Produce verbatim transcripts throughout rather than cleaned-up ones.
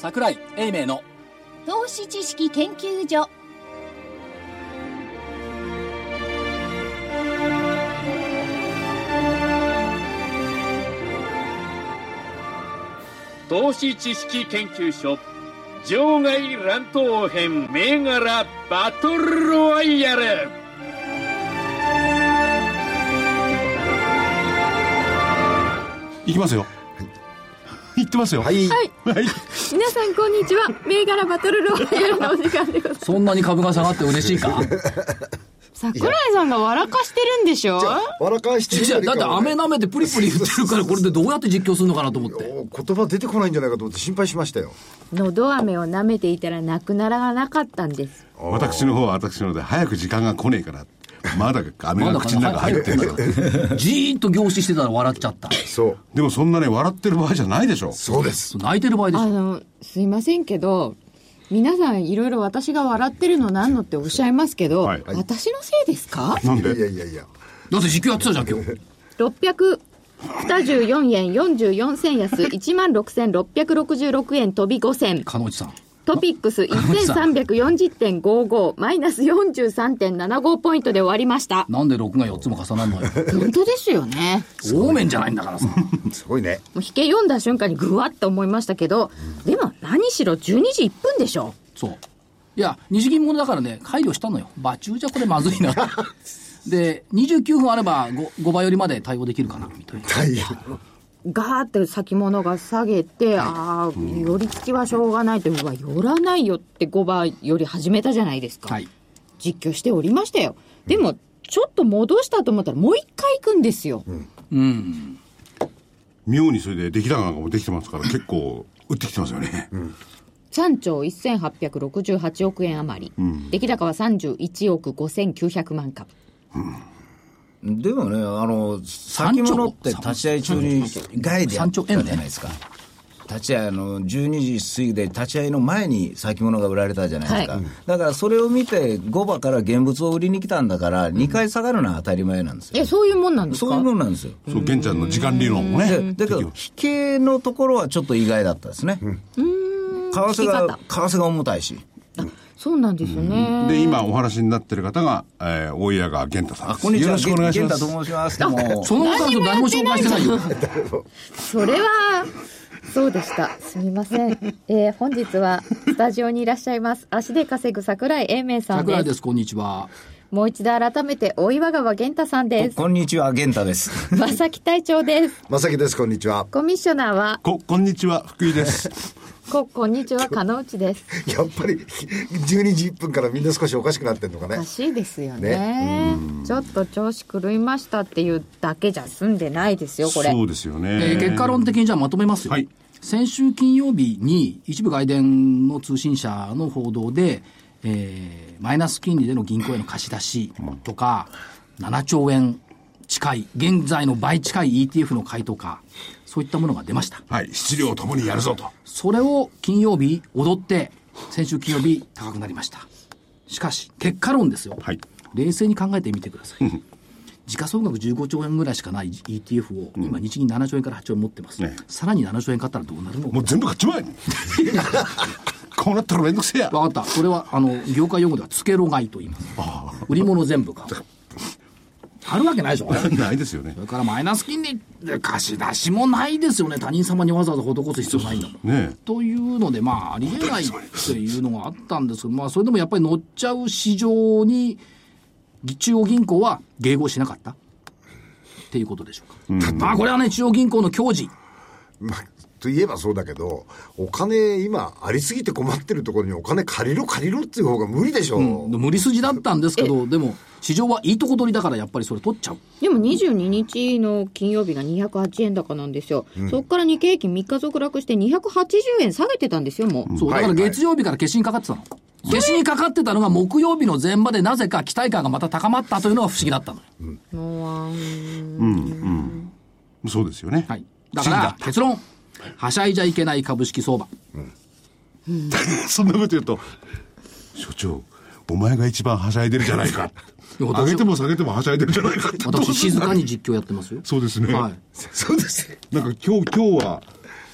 櫻井英明の投資知識研究所。 投資知識研究所場外乱闘編銘柄バトルロワイヤル。 いきますよ。言ってますよ。 はい、はい、 はい、 皆さんこんにちは。銘柄バトルロワイヤルのお時間でございます。 そんなに株が下がって嬉しいか。 桜井さんが笑かしてるんでしょ。 笑かしてるよりか、ね、 だって飴舐めてプリプリ言ってるから、これでどうやって実況するのかなと思って。 言葉出てこないんじゃないかと思って心配しましたよ。 のど飴を舐めていたらなくならなかったんです。 私の方は私ので早く時間が来ねえからまだ飴が口の中入ってるからじーっと凝視してたら笑っちゃった。 そうでもそんなね笑ってる場合じゃないでしょ。 そうです。 泣いてる場合でしょ。 あのすいませんけど、皆さんいろいろ私が笑ってるのなんのっておっしゃいますけど、はい、私のせいですか。 なんで。 いやいやいや、 だって実況やってたじゃん今日。 ろっぴゃくにじゅうよんえんよんじゅうよん銭安 いちまんろくせんろっぴゃくろくじゅうろくえん飛びご銭。 鹿内さん、 トピックス いちせんさんびゃくよんじゅってんごご マイナス よんじゅうさんてんななご ポイントで終わりました。 なんでろくがよっつも重なるのよ。 本当ですよね。 大面じゃないんだからさ。 すごいね。 もう引け読んだ瞬間にグワッと思いましたけど、でも何しろじゅうにじいっぷんでしょ。 そう。いや日銀もだからね配慮したのよ。バチューじゃこれまずいな。でにじゅうきゅうふんあれば 5, ごばいよりまで対応できるかなみたいな。 はいガーって先物が下げて、ああ寄り付きはしょうがないというのは寄らないよってごばいより始めたじゃないですか、はい、実況しておりましたよ。でもちょっと戻したと思ったらもう一回行くんですよ、うんうん、 妙にそれで出来高なんかもできてますから結構売ってきてますよね、うん、 さんちょうせんはっぴゃくろくじゅうはちおくえん余り、うん、出来高はさんじゅういちおくごせんきゅうひゃくまんかぶ、うんでもね、あの先物って立ち会い中に外でやったじゃないですか。立ち会いのじゅうにじ過ぎで立ち会いの前に先物が売られたじゃないですか、はい、だからそれを見てごばから現物を売りに来たんだからにかい下がるのは当たり前なんですよ。 え、そういうもんなんですか。 そういうもんなんですよ。 そう、現ちゃんの時間理論もね。 だけど引けのところはちょっと意外だったですね、うん、為替が為替が重たいし。 そうなんですよね、 うん、で今お話になってる方が、えー、大谷川源太さんです。 こんにちは。 よろしくお願いします。 源太と申します。もその方と何も紹介してないよ。 それはそうでした。すみません、えー、本日はスタジオにいらっしゃいます足で稼ぐ櫻井英明さんです。 櫻井です。こんにちは。 もう一度改めて大岩川源太さんです。 こ, こんにちは源太です。 正木隊長です。 正木です。こんにちは。 コミッショナーはここんにちは福井です。 ここんにちは鹿野内です。 やっぱりじゅうにじいっぷんからみんな少しおかしくなってんのかね。 おかしいですよ ね, ねちょっと調子狂いましたっていうだけじゃ済んでないですよこれ。 そうですよね、 えー、結果論的にじゃあまとめますよ、はい、先週金曜日に一部外電の通信社の報道で、えー、マイナス金利での銀行への貸し出しとか、うん、ななちょうえん近い現在の倍近い イーティーエフ の買いとかそういったものが出ました。 はい、質量ともにやるぞと。 それを金曜日踊って先週金曜日高くなりました。しかし結果論ですよ、はい、冷静に考えてみてください。時価総額じゅうごちょうえんぐらいしかない イーティーエフ を今日銀ななちょうえんからはちちょうえん持ってます、ね、さらにななちょうえん買ったらどうなるの。 もう全部買っちまえ。こうなったらめんどくせえや。 分かった。それはあの業界用語ではつけろ買いと言います。売り物全部買う。あるわけないでしょ。 ないですよね。 それからマイナス金利で貸し出しもないですよね。他人様にわざわざ施す必要ないんだもん、ね、というのでまあありえないっていうのがあったんですけど、まあそれでもやっぱり乗っちゃう市場に中央銀行は迎合しなかったっていうことでしょうか、うん、まあこれはね中央銀行の矜持、 まあといえばそうだけど、お金今ありすぎて困ってるところにお金借りろ借りろっていう方が無理でしょう、 うん、無理筋だったんですけど、でも市場はいいとこ取りだからやっぱりそれ取っちゃう。 でもにじゅうににちの金曜日がにひゃくはちえん高なんですよ、うん、そこから日経平均みっか続落してにひゃくはちじゅうえん下げてたんですよもう、うん、 そうだから月曜日から消しにかかってたの、はいはい、消しにかかってたのが木曜日の前場でなぜか期待感がまた高まったというのが不思議だったのよ、うん、 もううんうんそうですよね、 はい、だから結論はしゃいじゃいけない株式相場、うんうん、そんなこと言うと所長お前が一番はしゃいでるじゃないか上げても下げてもはしゃいでるじゃないかって私静かに実況やってますよ。 そうですね、 はい、 そうですね。 なんか今日今日は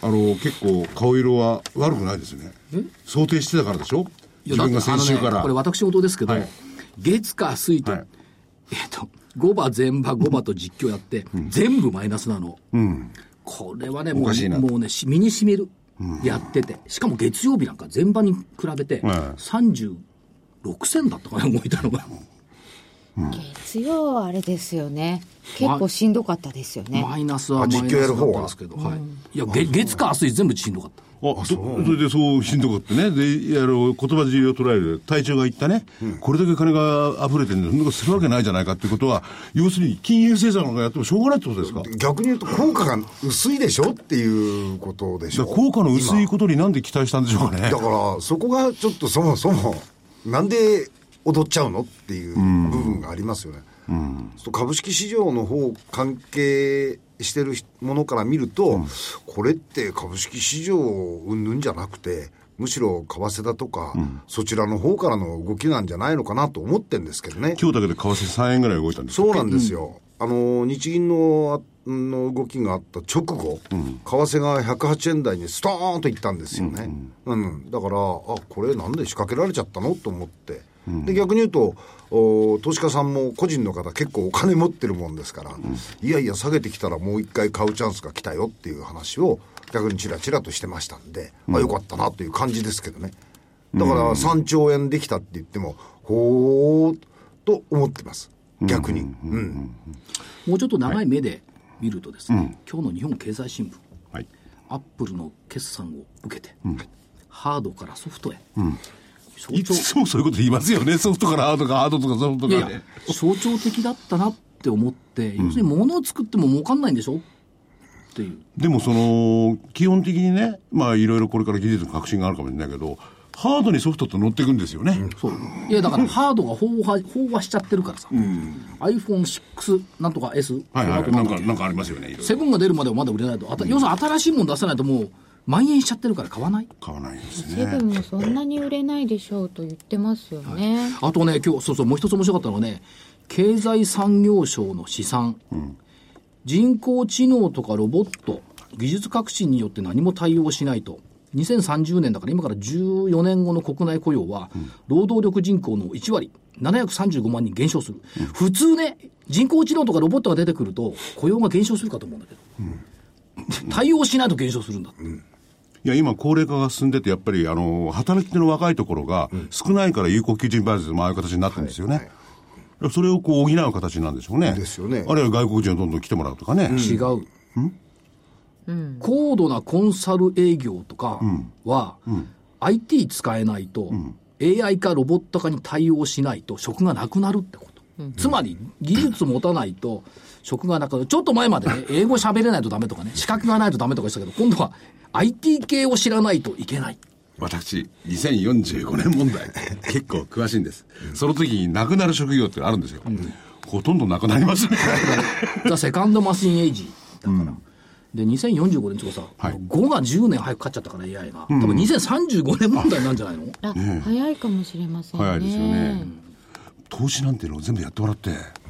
あの結構顔色は悪くないですね。想定してたからでしょ。自分が先週から、 ね、これ私事ですけど、はい、月火水と、はい、えー、とごば全場ごばと実況やって、うん、全部マイナスなの、うん、これはねもう、もうね身にしみる、うん、やってて、しかも月曜日なんか全場に比べてさんじゅうろくせんだったかな動いたのが、 うん、月曜あれですよね、結構しんどかったですよね。 マイナスはマイナスだったんですけど、はい、いや月、月火水全部しんどかった。 あ、そ, それでそうしんどかってね、であの言葉尻を捉える隊長が言ったね、うん、これだけ金が溢れてるんでそんなことするわけないじゃないかっていうことは、要するに金融政策なんかやってもしょうがないってことですか。 逆に言うと効果が薄いでしょっていうことでしょ。 効果の薄いことになんで期待したんでしょうかね。 だからそこがちょっとそもそもなんで踊っちゃうのっていう部分がありますよね、うん、株式市場の方関係してるものから見ると、うん、これって株式市場うんぬんじゃなくてむしろ為替だとか、うん、そちらの方からの動きなんじゃないのかなと思ってるんですけどね。 今日だけで為替さんえんぐらい動いたんですか。 そうなんですよ、うん、あの日銀のの動きがあった直後、うん、為替がひゃくはちえん台にストーンといったんですよね、うんうんうん、だからあこれなんで仕掛けられちゃったのと思って、うん、で逆に言うと投資家さんも個人の方結構お金持ってるもんですから、うん、いやいや下げてきたらもう一回買うチャンスが来たよっていう話を逆にチラチラとしてましたんで、うん、まあよかったなという感じですけどね。だからさんちょうえんできたって言ってもほーっと思ってます逆に、うんうんうん、 もうちょっと長い目で見るとですね、はい、今日の日本経済新聞、はい、アップルの決算を受けて、うん、ハードからソフトへ、うん、 いつもそういうこと言いますよね。ソフトからハードかハードとかソフトから、ね、いやいや象徴的だったなって思って、うん、要するに物を作っても儲かんないんでしょっていう。 でもその基本的にね、まあいろいろこれから技術の革新があるかもしれないけどハードにソフトって乗っていくんですよね、うん、 そういやだからハードが飽和、飽和しちゃってるからさ、うん、アイフォンシックス なんとか S、 はいはい、なんかなんかありますよね。いろいろセブンが出るまではまだ売れないと、あた、うん、要するに新しいもの出せないともう蔓延しちゃってるから買わない買わないですね。 セブンもそんなに売れないでしょうと言ってますよね、はい、 あとね今日そうそうもう一つ面白かったのはね、経済産業省の試算、うん、人工知能とかロボット技術革新によって何も対応しないとにせんさんじゅうねんだから今からじゅうよねんごの国内雇用は、うん、労働力人口のいちわりななひゃくさんじゅうごまんにん減少する、うん、普通ね人工知能とかロボットが出てくると雇用が減少するかと思うんだけど、うん、対応しないと減少するんだって、うん、 いや今高齢化が進んでてやっぱりあの働き手の若いところが少ないから有効求人倍率もああいう形になってるんですよね、はいはい、それをこう補う形なんでしょうね。 ですよね。 あるいは外国人をどんどん来てもらうとかね、 うん、違う、んうん、高度なコンサル営業とかは、うんうん、アイティー 使えないと、うん、エーアイ かロボット化に対応しないと職がなくなるってこと、うん、つまり技術持たないと職がなくなる。ちょっと前までね英語喋れないとダメとかね資格がないとダメとかしたけど今度は アイティー 系を知らないといけない。 私にせんよんじゅうごねん問題結構詳しいんです、うん、その時になくなる職業ってあるんですよ、うん、ほとんどなくなりますねザ・セカンドマシンエイジだから、うんでにせんよんじゅうごねんちょっとさ、はい、ごがじゅうねん早く勝っちゃったから エーアイ が、うん、多分にせんさんじゅうごねん問題なんじゃないの。 あ、ね、早いかもしれませんね。 早いですよね。投資なんていうのを全部やってもらって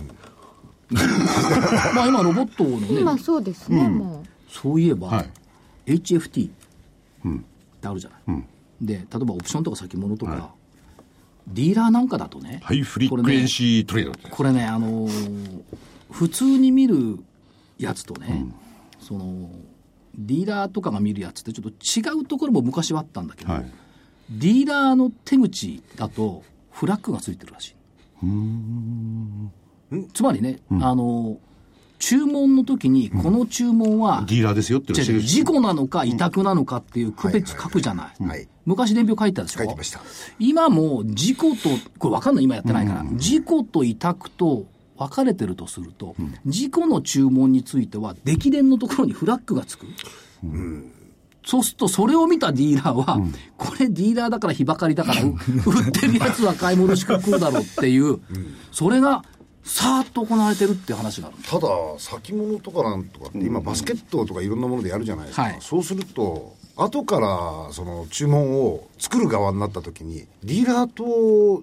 まあ今ロボットのね今そうですね、うん、もうそういえば、はい、エイチエフティー ってあるじゃない、うん、で例えばオプションとか先物とか、はい、ディーラーなんかだとねハイフリクエンシートレードってこれね、あのー、普通に見るやつとね、うんそのディーラーとかが見るやつってちょっと違うところも昔はあったんだけど、はい、ディーラーの手口だとフラッグがついてるらしい。うーんつまりね、うん、あの注文の時にこの注文は、 うん、ディーラーですよって違う事故なのか委託なのかっていう区別書くじゃない、はいはいはい、昔伝票書いてたでしょ。 書いてました。 今も事故とこれ分かんない今やってないから、うん、事故と委託と分かれてるとすると、うん、事故の注文については出来伝のところにフラッグがつく、うん、そうするとそれを見たディーラーは、うん、これディーラーだから日ばかりだから売ってるやつは買い戻しか来るだろうっていう、うん、それがさーっと行われてるっていう話がある。 ただ先物とかなんとかって今バスケットとかいろんなものでやるじゃないですか、はい、そうすると後からその注文を作る側になった時にディーラーと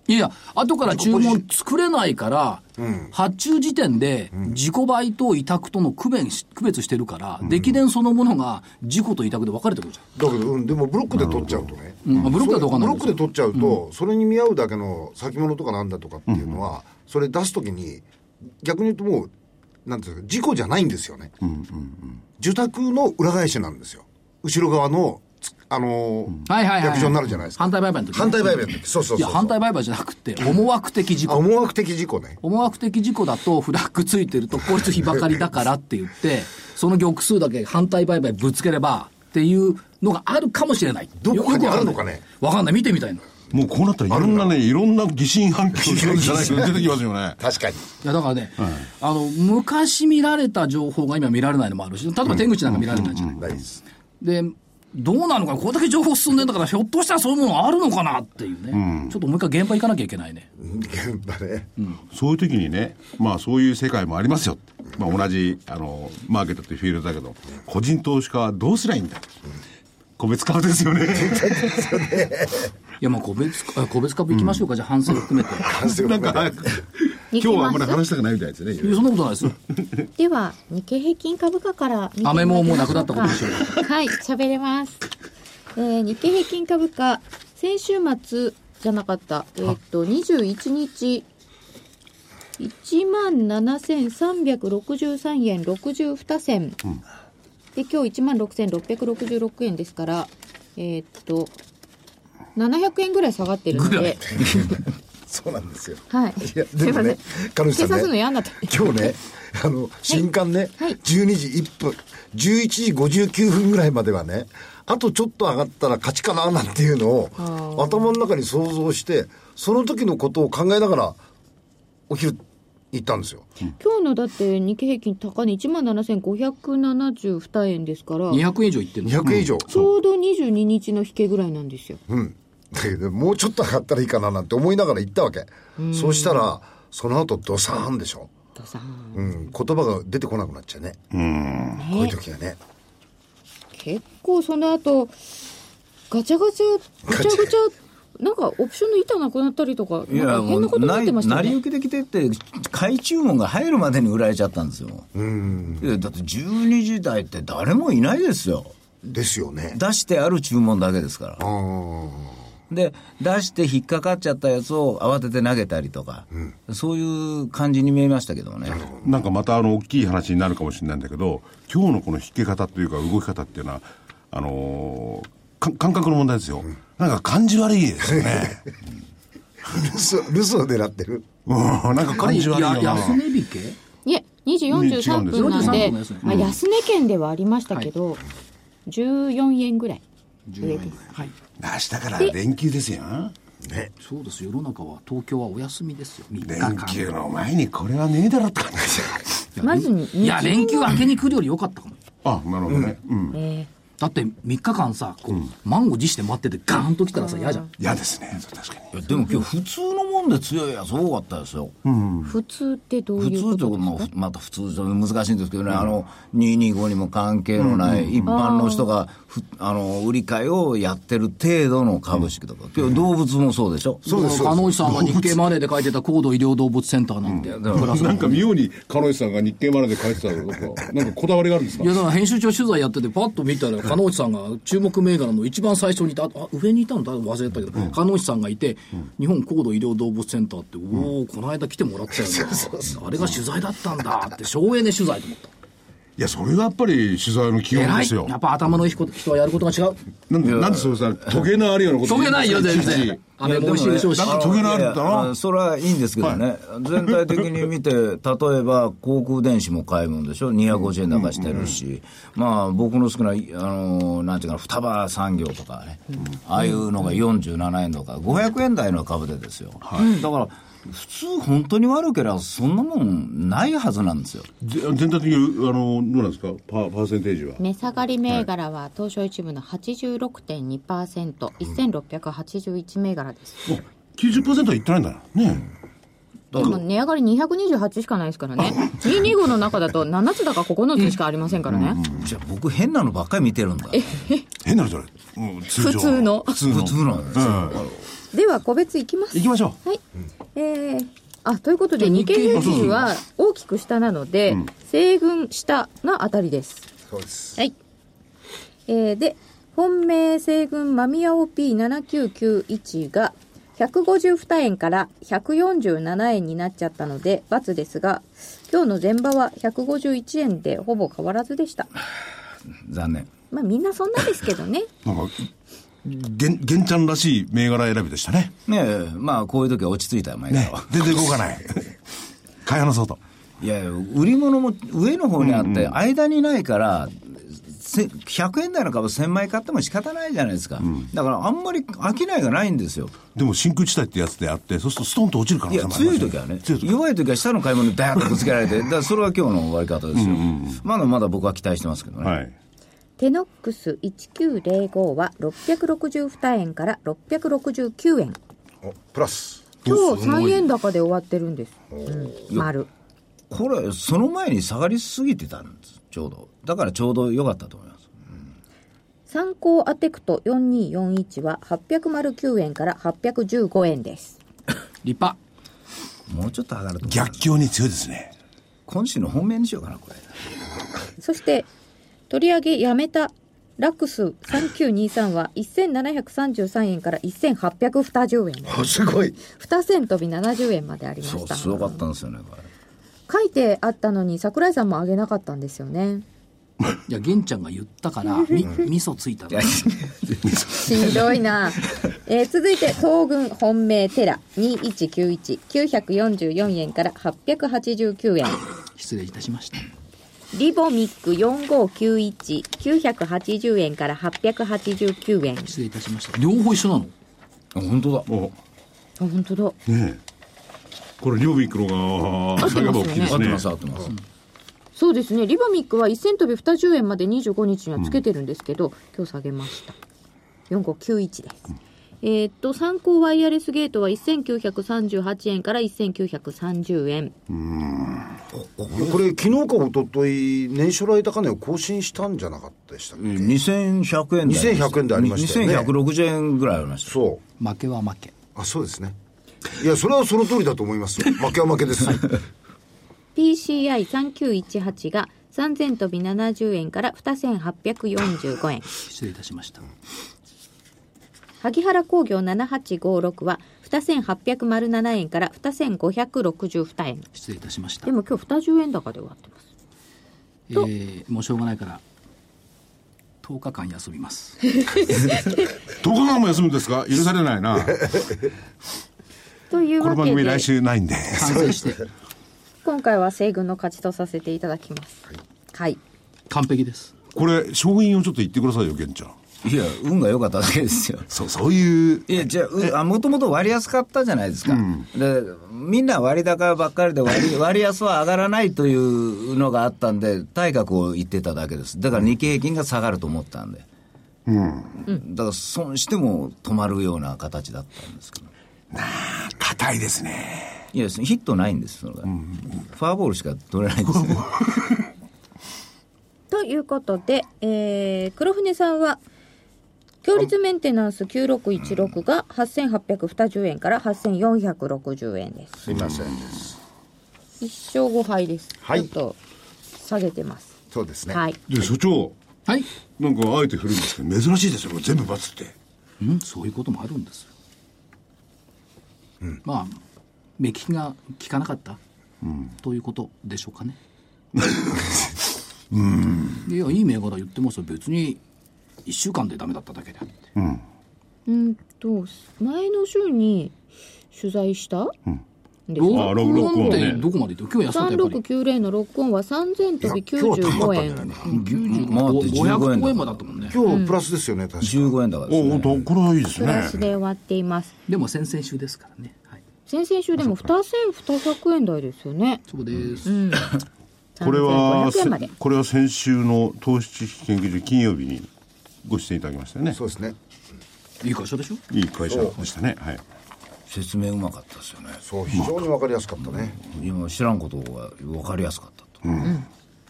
いやいや、後から注文作れないから、うん、発注時点で自己売と委託との区別区別してるから、うん、歴電そのものが自己と委託で分かれてくるじゃん。 だけど、うん、でもブロックで取っちゃうとね、 うん、ブロックだと分かんないブロックで取っちゃうと、うん、それに見合うだけの先物とかなんだとかっていうのは、うん、それ出すときに逆に言うともうなんていうか自己じゃないんですよね、うんうんうん、受託の裏返しなんですよ。後ろ側のあのーはいはいはいはい、役所になるじゃないですか。 反対売買の時、ね、 反対売買の時。そうそうそうそう。 いや、反対売買じゃなくて、思惑的事故。 思惑的事故ね。 思惑的事故だと、フラッグついてると、こいつ日ばかりだからって言って、その玉数だけ反対売買ぶつければっていうのがあるかもしれない。 どこかにあるのかね。 わかんない。見てみたいの。 もうこうなったらいろんなね、いろんな疑心暗鬼のじゃないか出てきますよね。 確かに。いや、だからね、はい、あの、昔見られた情報が今見られないのもあるし、例えば手口なんか見られないじゃない。うんうんうん、で、どうなのか、これだけ情報進んでんだから、ひょっとしたらそういうものあるのかなっていうね、うん、ちょっともう一回現場行かなきゃいけないね。 現場ね、 うん、そういう時にね、まあそういう世界もありますよ。まあ同じ、あの、マーケットっていうフィールドだけど、個人投資家はどうすりゃいいんだ。うん、個別株ですよね。 いや、まあ個別、個別株行きましょうか、うん、じゃあ反省を含めて。 反省を含めて。 今日はあんまり話したくないみたいですね。 いや、そんなことないですよ。 では、日経平均株価から見てみましょうか。 アメももうなくなったことでしょう。 はい、喋れます。えー、日経平均株価、先週末じゃなかった、えー、っと、にじゅういちにち、いちまんななせんさんびゃくろくじゅうさんえんろくじゅうにせん。うん、で、今日いちまんろくせんろっぴゃくろくじゅうろくえんですから、えー、っと、ななひゃくえんぐらい下がってるので。 そうなんですよ。 はい。 いや、でもね、彼女さんね、 計算するの嫌になった。 今日ね、あの、新刊ね、はい、じゅうにじいっぷん、じゅういちじごじゅうきゅうふんぐらいまではね、あとちょっと上がったら勝ちかななんていうのを頭の中に想像して、その時のことを考えながらお昼行ったんですよ。 うん、今日のだって日経平均高値 いちまんななせんごひゃくななじゅうにえんですから、 にひゃくえん以上いってるんです。 にひゃくえん以上、うん、 ちょうどにじゅうににちの引けぐらいなんですよ。 うん。だけどもうちょっと上がったらいいかななんて思いながら行ったわけ。うそうしたらその後ドサーンでしょ。 ドサーン。 うん。言葉が出てこなくなっちゃうね。うん。こういう時はね。 結構その後ガチャガチャガチャガチャなんかオプションの板なくなったりとか、なんか変なことになってましたね。 成り行きできてって買い注文が入るまでに売られちゃったんですよ。うん。だってじゅうにじ台って誰もいないですよ。 ですよね。 出してある注文だけですから。あで出して引っかかっちゃったやつを慌てて投げたりとか、うん、そういう感じに見えましたけどもね。 なんかまたあの大きい話になるかもしれないんだけど、今日のこの引け方というか動き方っていうのはあのー、感覚の問題ですよ、うん、なんか感じ悪いですよね。 留守留守を狙ってる、 うん、なんか感じ悪いよな。 安値引けいえにじよんじゅうさんぷんなんで、まあ、安値圏ではありましたけど、はい、じゅうよんえんぐらい上です。 はい。明日から連休ですよ。 ね。そうです。世の中は東京はお休みですよ。みっかかん。 連休の前にこれはねえだろって感じですよ。まずにいや連休明けに来るより良かったかも。 あ、なるほどね。うん。 えーだってみっかかんさ、こう、うん、満を持して待っててガーンと来たらさ嫌じゃん。 嫌ですね。確かに。 でも今日普通のもんで強いやつ多かったですよ。 うん、普通ってどういうことですか？ 普通ってもうまた普通難しいんですけどね、うん、あのにひゃくにじゅうごにも関係のない一般の人がふあの売り買いをやってる程度の株式とか、今日動物もそうでしょ。 そうです。鹿野内さんが日経マネーで書いてた高度医療動物センターなんて、うん、 なんか妙に鹿野内さんが日経マネーで書いてたのかなんかこだわりがあるんですか？ いやだから編集長取材やっててパッと見たら鹿野内さんが注目銘柄の一番最初にいた、あ上にいたの忘れたけど、うん、鹿野内さんがいて、うん、日本高度医療動物センターって、うん、おおこの間来てもらったよな、そうそうそうあれが取材だったんだって省エネ取材と思った。 いやそれがやっぱり取材の基本ですよ。 やっぱ頭のいい人はやることが違う。 なんでなんでそうさトゲのあるようなことトゲないよ全然。あれも美味しいでしょうし。 なんかトゲのあるんだな。 それはいいんですけどね、はい、全体的に見て例えば航空電子も買い物でしょ、にひゃくごじゅうえん高してるし、うんうんうん、まあ僕の好きなあのなんていうか双葉産業とかね、うん、ああいうのがよんじゅうななえんとかごひゃくえん台の株でですよ、はい、だから普通本当に悪ければそんなもんないはずなんですよ。 全体的にあのどうなんですか パ, パーセンテージは。 値下がり銘柄は東証一部の はちじゅうろくてんにパーセント、うん、せんろっぴゃくはちじゅういち銘柄です。 きゅうじゅっパーセント はいってないんだね、 でも値上がりにひゃくにじゅうはちしかないですからね。にひゃくにじゅうごの中だとななつだかここのつしかありませんからね。 うんうん、じゃあ僕変なのばっかり見てるんだ。 変なのじゃない、うん、 普通の。 普通の。普通の。うん、 では個別いきます。 いきましょう。はい。えー、あ、ということで日経平均は大きく下なので、うん、西軍下が当たりです。 そうです。 はい。えー、で、本命西軍マミヤ オーピーななきゅうきゅういち がひゃくごじゅうにえんからひゃくよんじゅうななえんになっちゃったので×ですが、今日の前場はひゃくごじゅういちえんでほぼ変わらずでした。 残念。 まあみんなそんなですけどね。 なんか玄玄ちゃんらしい銘柄選びでしたね。 ねえ、まあこういう時は落ち着いた銘柄は、 ね、全然動かない買い離そうと。 いや売り物も上の方にあって、うんうん、間にないからひゃくえん台の株せんまい買っても仕方ないじゃないですか、うん、だからあんまり商いがないんですよ。 でも真空地帯ってやつであって、そうするとストンと落ちる可能性もありますね。 いや強い時はね、弱い時は下の買い物にダーッとぶつけられてだからそれは今日の終わり方ですよ、うんうん、まだまだ僕は期待してますけどね、はい、 テノックスいちきゅうぜろごはろっぴゃくろくじゅうにえんからろっぴゃくろくじゅうきゅうえん、 おプラス今日さんえん高で終わってるんです、うん、丸。 これその前に下がりすぎてたんですちょうど。だからちょうど良かったと思います。 参考アテクトよんにーよんいちははっぴゃくきゅうえんからはっぴゃくじゅうごえんです。 立派。 もうちょっと上がると思います。逆境に強いですね。 今週の本命にしようかなこれ。 そして取り上げやめたラックスさんきゅうにさんはせんななひゃくさんじゅうさんえんからせんはっぴゃくにじゅうえんです。 すごい。 にせん飛びななじゅうえんまでありました。 そうすごかったんですよねこれ。 書いてあったのに櫻井さんも上げなかったんですよね。 いや玄ちゃんが言ったからみ味噌ついたの。 しんどいな、えー、続いて東軍本命テラにいちきゅういち きゅうひゃくよんじゅうよんえんからはっぴゃくはちじゅうきゅうえん。 失礼いたしました。 リボミックよんごきゅういち きゅうひゃくはちじゅうえんからはっぴゃくはちじゅうきゅうえん。 失礼いたしました。両方一緒なの。 あ本当だ。 あ本当だねえ、これリボミックのが下げ幅大きいですね。合ってます合ってます、うん、 そうですね。リボミックはせん飛びにじゅうえんまでにじゅうごにちにはつけてるんですけど、うん、今日下げました。よんごきゅういちです、うん、えー、っと参考ワイヤレスゲートはせんきゅうひゃくさんじゅうはちえんからせんきゅうひゃくさんじゅうえん。 うーんこれ昨日か一昨日年初来高値を更新したんじゃなかったでしたっけ。 にせんひゃくえんにせんひゃくえんでありましたよね。 にせんひゃくろくじゅうえんぐらいありました。 そう負けは負け。 あそうですね。いやそれはその通りだと思いますよ。負けは負けですピーシーアイさんきゅういちはち がさんぜん飛びななじゅうえんからにせんはっぴゃくよんじゅうごえん。 失礼いたしました。 萩原工業ななはちごろくはにせんはっぴゃくななえんからにせんごひゃくろくじゅうにえん。 失礼いたしました。 でも今日にじゅうえん高で終わってます。 えー、もうしょうがないからとおかかん休みますとおかかんも休むんですか。許されないなというわけでこの番組来週ないんで反省して今回は西軍の勝ちとさせていただきます。はい、はい、 完璧です。 これ勝因をちょっと言ってくださいよ玄ちゃん。 いや運が良かっただけですよ。 そうそういういやじゃあもともと割りやすかったじゃないですか、うん、でみんな割高ばっかりで割り割安は上がらないというのがあったんで対角を言ってただけです。だから日経平均が下がると思ったんで、うん、だから損しても止まるような形だったんですけど、 なあ硬いですね。 いやヒットないんですそれが、うん、フォアボールしか取れないんですよということで、えー、黒船さんは強立メンテナンスきゅうろくいちろくがはっせんはっぴゃくにじゅうえんからはっせんよんひゃくろくじゅうえんです。 すいませんです。 いっしょうごはいです、 はい、 ちょっと下げてます。 そうですね、 はい、 で所長、 はい、 なんかあえて振るんですけど珍しいですよ全部×って。 うんそういうこともあるんですよ、うん、まあ目利きが効かなかった、うん、ということでしょうかねうんいやいい銘柄言ってますよ。別にいっしゅうかんでダメだっただけであって、うん、 うんと前の週に取材した、うんロックオンってどこまで言って今日安かったやっぱりさんろくきゅうぜろのロックオンはさんぜん飛びきゅうじゅうごえん、 ごひゃくごえんまでだったもんね。 今日プラスですよね、うん、確かじゅうごえんだからですね。 おこれはいいですね。 プラスで終わっています。 でも先々週ですからね、はい、 先々週でもにせんにひゃくえん台ですよね。 そうです、 うん、 これはこれは先週の投資知識研究所金曜日にご出演いただきましたよね。 そうですね。 いい会社でしょ。 いい会社でしたね。はい。 説明うまかったですよね。 そう、非常に分かりやすかったね。 今知らんことが分かりやすかったと。うん、うん、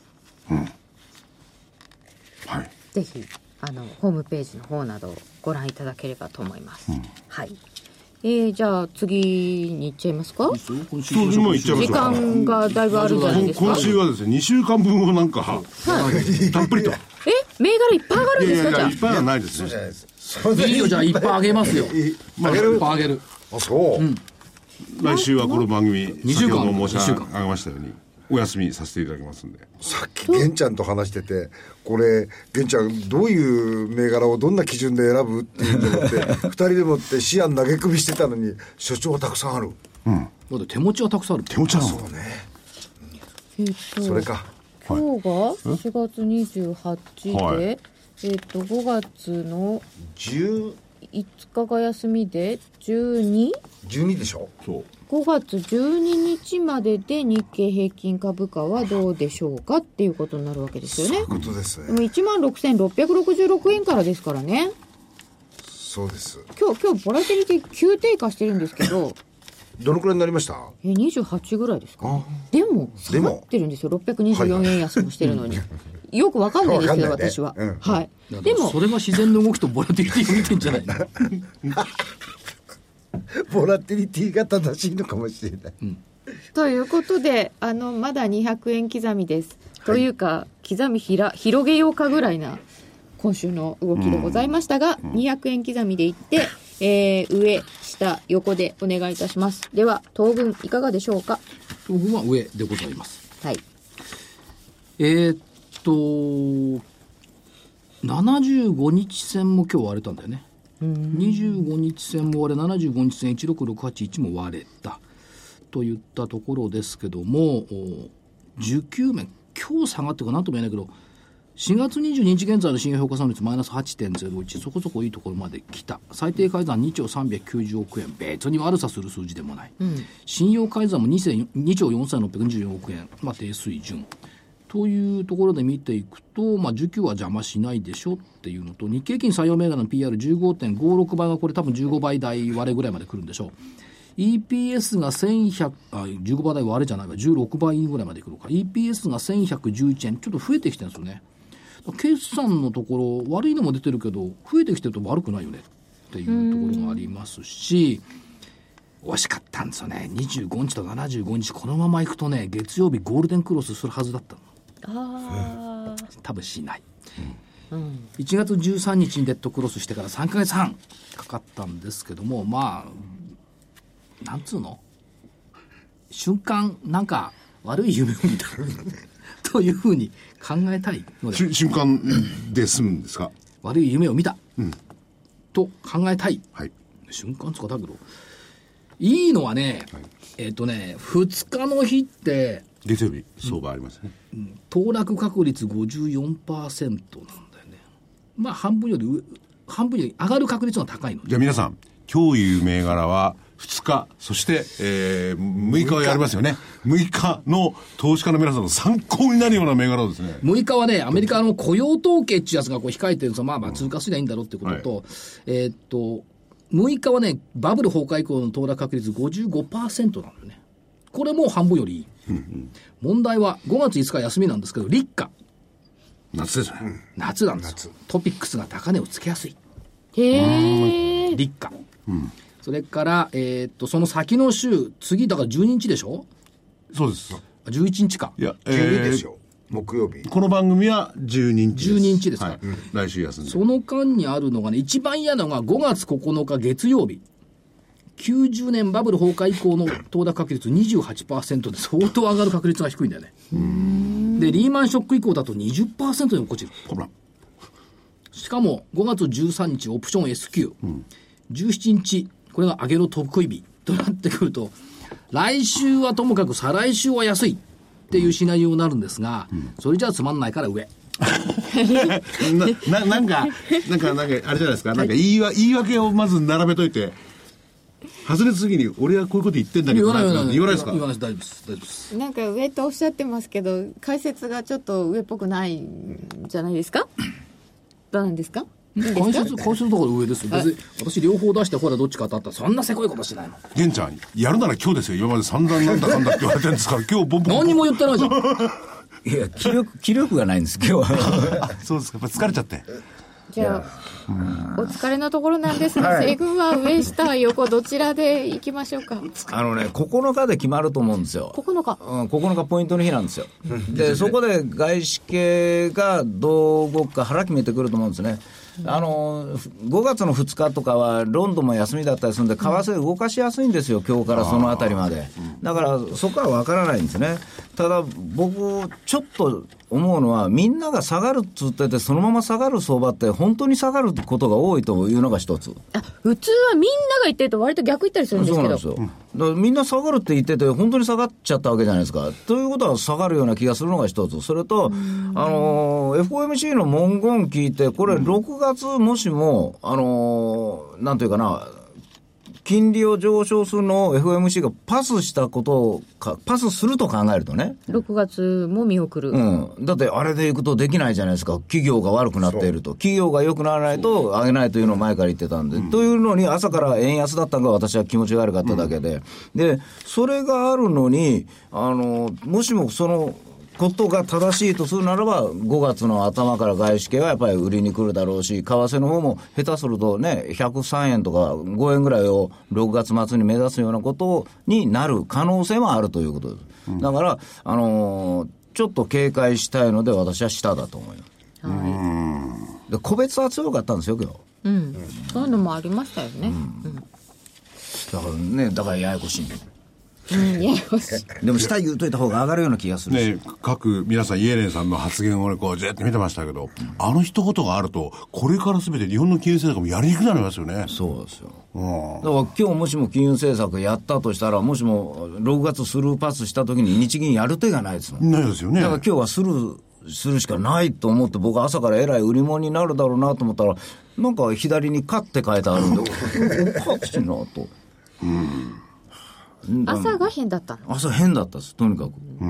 はい。ぜひあのホームページの方などをご覧いただければと思います。うん、はい。えー、じゃあ次に行っちゃいますか。 今週も行っちゃいます。 時間がだいぶあるんじゃないですか。 今週はですね、にしゅうかんぶんをなんか、はい、たっぷりと。 え、銘柄いっぱい上がるんですか。 いやいやいっぱいはないですね。 そうじゃないです。いいよ、じゃあいっぱいあげますよ。 あげる。 いっぱいあげる。 あ、そう。うん、 来週はこの番組、先ほど申し上げましたように、お休みさせていただきますんで。 さっき玄ちゃんと話してて、これ玄ちゃんどういう銘柄をどんな基準で選ぶっていうんでもってふたりでもって思案投げ首してたのに所長はたくさんある。 うん。だって手持ちはたくさんある。 手持ちはそうね。えっとそれか。 今日がしがつにじゅうはちで、はい、えっとごがつのじゅういつかが休みで じゅうに? じゅうにでしょ。 そう。 ごがつじゅうににちまでで日経平均株価はどうでしょうかっていうことになるわけですよね。そういうことですね。 でも いちまんろくせんろっぴゃくろくじゅうろくえんからですからね。 そうです。 今日今日ボラティリティ急低下してるんですけどどのくらいになりました。 えにじゅうはちぐらいですか。でも下がってるんですよ。ろっぴゃくにじゅうよんえん安もしてるのに、はい、よくわかんないですけど、ね、私は、うん、はい。 でもそれが自然の動きとボラティリティを見てんじゃないのボラティリティが正しいのかもしれない、うん、 ということであのまだにひゃくえん刻みです、はい、というか刻みひら広げようかぐらいな今週の動きでございましたが、うん、にひゃくえん刻みでいって、えー、上下横でお願いいたします。では東軍いかがでしょうか。 東軍は上でございます。 はい。 えー、っとななじゅうごにち線も今日割れたんだよね。にじゅうごにち線も割れ、ななじゅうごにち線いちろくろくはちいちも割れたといったところですけども、じゅうきゅうめん今日下がってか何とも言えないけど、しがつにじゅうににち現在の信用評価損率マイナス はちてんゼロいち、そこそこいいところまで来た。最低改ざんにちょうさんびゃくきゅうじゅうおくえん、別に悪さする数字でもない、うん、信用改ざんもにちょうよんせんろっぴゃくにじゅうよんおくえん、まあ、低水準というところで見ていくと、まあ、需給は邪魔しないでしょっていうのと、日経平均採用銘柄の ピーアールじゅうごてんごろく 倍がこれ多分じゅうごばい台割れぐらいまで来るんでしょう。 イーピーエス がせんひゃくあじゅうごばい台割れじゃないわ、じゅうろくばいぐらいまで来るか。 イーピーエス がせんひゃくじゅういちえん、ちょっと増えてきてるんですよね。決算のところ悪いのも出てるけど増えてきてると悪くないよねっていうところがありますし、惜しかったんですよね。にじゅうごにちとななじゅうごにちこのままいくとね、月曜日ゴールデンクロスするはずだったの。あ多分しない、うん、いちがつじゅうさんにちにデッドクロスしてからさんかげつはんかかったんですけども、まあなんつうの、瞬間なんか悪い夢を見たというふうに考えたいので、 瞬間で済むんですか。 悪い夢を見た、うん、と考えたい、 はい、 瞬間つかだけどいいのはね、はい、えっとねふつかの日って月曜日相場ありますね、 うん、騰落確率 ごじゅうよんパーセント なんだよね。まあ半分より上、半分より上がる確率が高いので。 じゃあ皆さん今日いう銘柄はふつか、そして、えー、むいかはやりますよね。むいかの投資家の皆さんの参考になるような銘柄をですね。 むいかはね、アメリカの雇用統計っていうやつがこう控えてるんですよ。まあまあ通過すりゃいいんだろうってことと、はい、えー、っとむいかはね、バブル崩壊以降の騰落確率 ごじゅうごパーセント なんだよね。これもう半分よりいい、うんうん、問題はごがついつか休みなんですけど、立夏夏ですね、うん、 夏なんですよ。トピックスが高値をつけやすい。 へー、 立夏、うん、それから、えー、っとその先の週、次だからじゅうににちでしょ。 そうです。 じゅういちにちか。 いや、 えー、じゅうにですよ、木曜日。 この番組はじゅうににちです。 じゅうににちですか、 はい、うん、来週休んで。 その間にあるのがね、一番嫌なのがごがつここのか月曜日、きゅうじゅうねんバブル崩壊以降の騰落確率 にじゅうはちパーセント で相当上がる確率が低いんだよね。うーんでリーマンショック以降だと にじゅっパーセント に落ちる。 ほら、 しかもごがつじゅうさんにちオプション エスキュー、うん、じゅうしちにちこれが上げろ得意日となってくると、来週はともかく再来週は安いっていうシナリオになるんですが、うん、それじゃあつまんないから上な, な, なんかなんかなんかあれじゃないですか、なんか言い, わ言い訳をまず並べといて、外れ次に俺はこういうこと言ってんだけど、 言わない言わないですか。 言わないです。大丈夫です。大丈夫です。 なんか上とおっしゃってますけど、解説がちょっと上っぽくないんじゃないですか。どうなんですか。 解説解説とか上ですよ。別に私両方出してほらどっちか当たったらそんなせこいことしないの。 玄ちゃんやるなら今日ですよ。今まで散々なんだかんだって言われてるんですから今日ボンボン何も言ってないじゃん。 いや気力気力がないんです今日は。 そうですか。やっぱ疲れちゃって。 じゃあお疲れのところなんですが、西軍は上下横どちらで行きましょうか。 あのねここのかで決まると思うんですよ。 ここのか、 うん、ここのかポイントの日なんですよ。でそこで外資系がどう動くか腹決めてくると思うんですね。あのごがつのふつかとかはロンドンも休みだったりするんで為替動かしやすいんですよ、今日からそのあたりまで。だからそこは分からないんですね。ただ僕ちょっと思うのはみんなが下がるっつっててそのまま下がる相場って本当に下がることが多いというのが一つ。 あ普通はみんなが言ってると割と逆言ったりするんですけど。 そうなんですよ。だからみんな下がるって言ってて本当に下がっちゃったわけじゃないですか。ということは下がるような気がするのが一つ。それとあの エフオーエムシー の文言聞いてこれろくがつもしもあのなんというかな金利を上昇するのを エフオーエムシー がパスしたことをかパスすると考えるとねろくがつも見送る、 うん、だってあれでいくとできないじゃないですか。企業が悪くなっていると企業が良くならないと上げないというのを前から言ってたんで、うん、というのに朝から円安だったのが私は気持ちが悪かっただけで、うん、でそれがあるのにあのもしもそのことが正しいとするならばごがつの頭から外資系はやっぱり売りに来るだろうし為替の方も下手するとねひゃくさんえんとかごえんぐらいをろくがつ末に目指すようなことになる可能性もあるということです、うん、だから、あのー、ちょっと警戒したいので私は下だと思います、はい、で個別は強かったんですよ今日、 うん、そういうのもありましたよね、うんうん、 だからねだからややこしいんだようん、いやでも下言うといた方が上がるような気がするし、 ね、各皆さんイエレンさんの発言を、ね、こうずっと見てましたけど、うん、あの一言があるとこれから全て日本の金融政策もやりにくくなりますよね。 そうですよ、うん、だから今日もしも金融政策やったとしたらもしもろくがつスルーパスした時に日銀やる手がないですもん。 ないですよね。 だから今日はスルーするしかないと思って僕朝からえらい売り物になるだろうなと思ったらなんか左にカッて書いてあるんでおかしいなと、うん朝が変だったの。 朝変だったですとにかく、うん、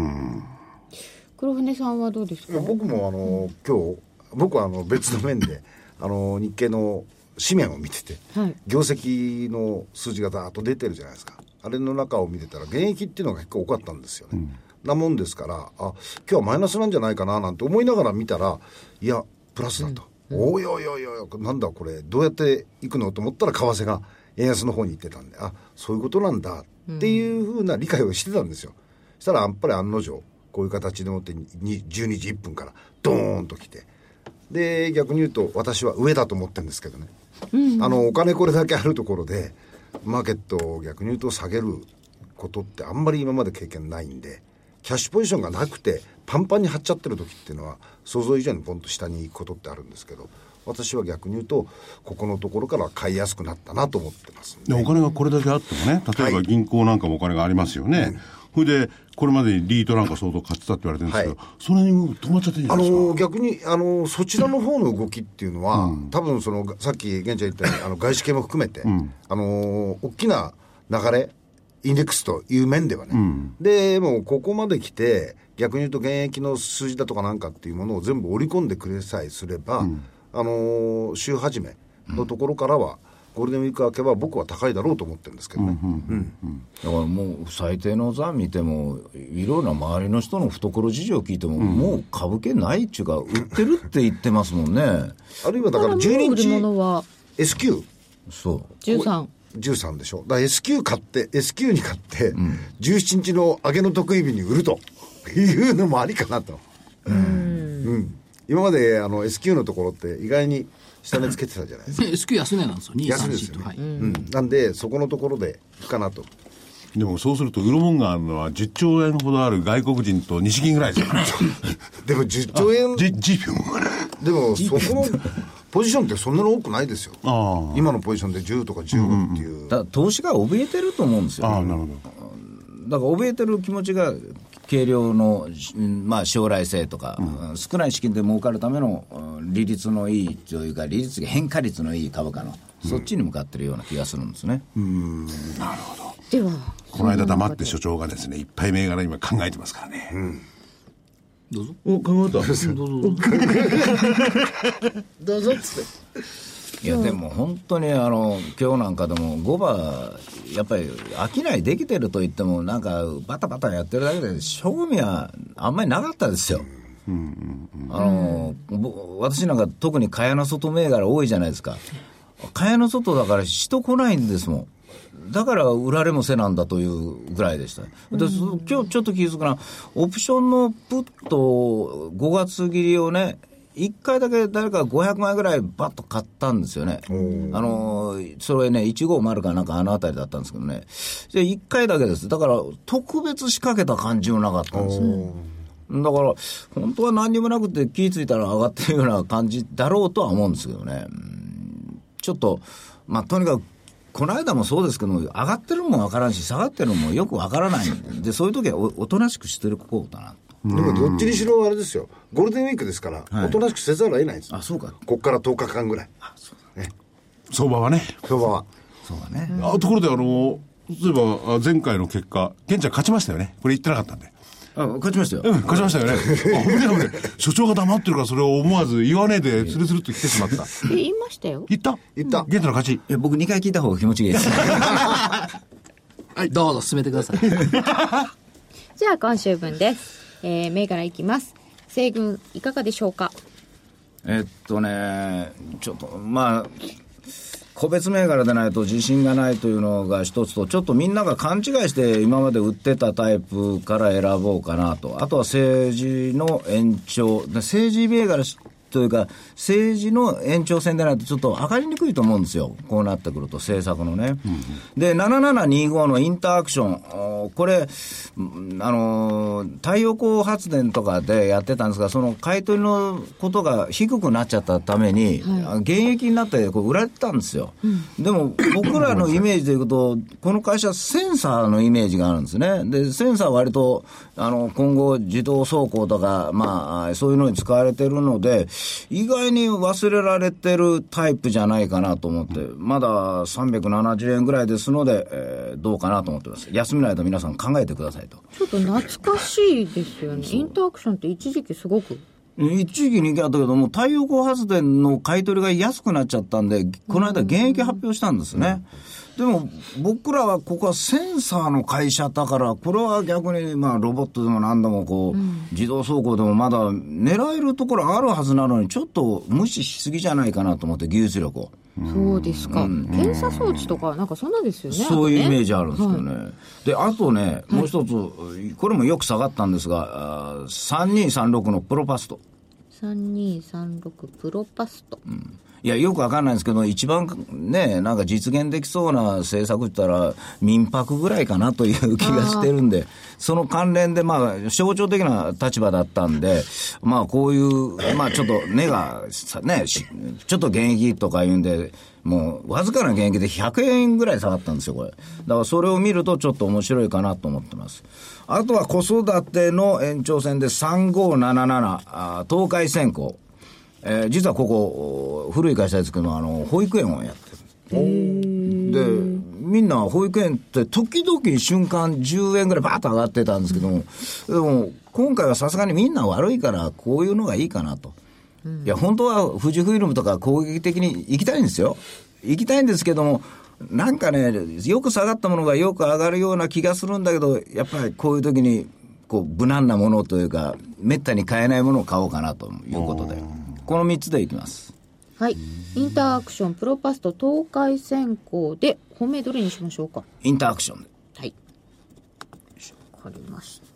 黒船さんはどうですか。 僕もあの今日僕はあの別の面であの日経の紙面を見てて、はい、業績の数字がだーっと出てるじゃないですか。あれの中を見てたら減益っていうのが結構多かったんですよね、うん、なもんですからあ今日はマイナスなんじゃないかななんて思いながら見たらいやプラスだと、うん、おいおいおいおいなんだこれどうやっていくのと思ったら為替が円安の方に行ってたんであそういうことなんだっていうふうな理解をしてたんですよ。そしたらやっぱり案の定こういう形でもってじゅうにじいっぷんからドーンと来てで逆に言うと私は上だと思ってるんですけどね、うんうん、あのお金これだけあるところでマーケットを逆に言うと下げることってあんまり今まで経験ないんでキャッシュポジションがなくてパンパンに張っちゃってる時っていうのは想像以上にポンと下に行くことってあるんですけど私は逆に言うとここのところから買いやすくなったなと思ってますんで。 でお金がこれだけあってもね例えば銀行なんかもお金がありますよね、はいうん、それでこれまでにリートなんか相当買ってたって言われてるんですけど、はい、それに止まっちゃってるんじゃないですか。 あの逆にあのそちらの方の動きっていうのは、うん、多分そのさっき玄ちゃん言ったようにあの外資系も含めて、うん、あの大きな流れインデックスという面ではね、うん、でもうここまで来て逆に言うと現役の数字だとかなんかっていうものを全部織り込んでくれさえすれば、うんあのー、週始めのところからは、うん、ゴールデンウィーク明けは僕は高いだろうと思ってるんですけどね、うんうんうん、 だからもう最低の座見てもいろいろな周りの人の懐事情を聞いても、うん、もう株券ないっていうか売ってるって言ってますもんねあるいはだからじゅうににち エスキューそうじゅうさんじゅうさんでしょ。だから エスキュー 買って エスキュー に買って、うん、じゅうしちにちの上げの得意日に売るというのもありかなと、うんうん、今まであの エスキュー のところって意外に下値つけてたじゃないですかエスキュー 安値なんですよにひゃくさんじゅう安値ですよね、はいうん、なんでそこのところでいくかなと。 でもそうすると売るもんがあるのはじゅっちょうえんほどある外国人と日銀ぐらいですよねでもじゅっちょうえんじゅうでもそこのポジションってそんなに多くないですよあ今のポジションでじゅうとかじゅうごっていう、うんうん、 だ投資が怯えてると思うんですよ、ね、 あなるほど。 だから怯えてる気持ちが軽量の、まあ、将来性とか、うん、少ない資金で儲かるための利率のいいというか利率変化率のいい株価の、うん、そっちに向かってるような気がするんですね。 うーんなるほど。 ではこの間黙って所長がですねいっぱい銘柄今考えてますからね、うんどうぞ。 お、考えた。 どうぞどうぞ。どうぞっつって。 いやでも本当にあの今日なんかでもごばやっぱり商いできてると言ってもなんかバタバタやってるだけで賞味はあんまりなかったですよ。うんうんうん、あの、うん、私なんか特に茅野外銘柄多いじゃないですか。茅野外だから人来ないんですもん。だから売られもせなんだというぐらいでした。で、うん、今日ちょっと気づくな、オプションのプットごがつ切りをねいっかいだけ誰かごひゃくまいぐらいバッと買ったんですよね。あのそれねいちごーまるかなんかあのあたりだったんですけどね、でいっかいだけです。だから特別仕掛けた感じもなかったんですよ。だから本当は何にもなくて気付いたら上がってるような感じだろうとは思うんですけどね。ちょっとまあとにかくこの間もそうですけども上がってるのもわからんし下がってるのもよくわからないんで、そういう時は お, おとなしくしてるこうだな。 でもどっちにしろあれですよ、ゴールデンウィークですから、はい、おとなしくせざるを得ないんです。 あ、そうか。 こっからとおかかんぐらい。あ、そうだね。 相場はね。 相場は。 そうだね。 あ、ところであの例えば前回の結果、ケンちゃん勝ちましたよね。これ言ってなかったんで。 あ、勝ちましたよ。 うん、勝ちましたよね。あ、危ない危ない。所長が黙ってるからそれを思わず言わねえでスルスルっと来てしまった。 え、言いましたよ。 言った言った。 ケンちゃんの勝ち。 いや、僕にかい聞いた方が気持ちいいです。 はい、どうぞ進めてください。 じゃあ今週分です。えー、銘柄いきます。西軍いかがでしょうか。 えっとねちょっとまあ個別銘柄でないと自信がないというのが一つと、ちょっとみんなが勘違いして今まで売ってたタイプから選ぼうかなと。あとは政治の延長、政治銘柄というか政治の延長線でないとちょっと分かりにくいと思うんですよ、こうなってくると政策のね、うん、でななななにごのインターアクション、これあの太陽光発電とかでやってたんですが、その買い取りのことが低くなっちゃったために、はい、減益になってこう売られてたんですよ、うん、でも僕らのイメージでいうとこの会社センサーのイメージがあるんですね。でセンサーは割とあの今後自動走行とか、まあ、そういうのに使われてるので意外に忘れられてるタイプじゃないかなと思って、まださんびゃくななじゅうえんぐらいですので、えー、どうかなと思ってます。休みの間皆さん考えてくださいと。 ちょっと懐かしいですよね。インターアクションって一時期すごく一時期人気あったけども、太陽光発電の買い取りが安くなっちゃったんで、この間減益発表したんですね、うん、でも僕らはここはセンサーの会社だから、これは逆にまあロボットでも何でもこう、うん、自動走行でもまだ狙えるところあるはずなのに、ちょっと無視しすぎじゃないかなと思って、技術力を。 そうですか、うん、検査装置とかなんかそんなですよね。 そういうイメージあるんですけどね、はい、であとねもう一つ、はい、これもよく下がったんですが、さんにーさんろくのプロパスト、 さんにーさんろくプロパスト、うん、 いやよくわかんないんですけど、一番ねなんか実現できそうな政策って言ったら民泊ぐらいかなという気がしてるんで、その関連でまあ象徴的な立場だったんで、まあこういうまあちょっと値がねちょっと減益とか言うんで、もうわずかな減益でひゃくえんぐらい下がったんですよこれ。だからそれを見るとちょっと面白いかなと思ってます。あとは子育ての延長線でさんごーなななな東海線香、えー、実はここ古い会社ですけど、あの保育園をやってる。でみんな保育園って時々瞬間じゅうえんぐらいバーッと上がってたんですけども、でも今回はさすがにみんな悪いからこういうのがいいかなと、うん、いや本当は富士フイルムとか攻撃的に行きたいんですよ、行きたいんですけども、なんかねよく下がったものがよく上がるような気がするんだけど、やっぱりこういう時にこう無難なものというかめったに買えないものを買おうかなということで、このみっつでいきます。 はい、インターアクション、プロパスト、東海線香で本命どれにしましょうか。 インターアクションで。 はい、わかりました。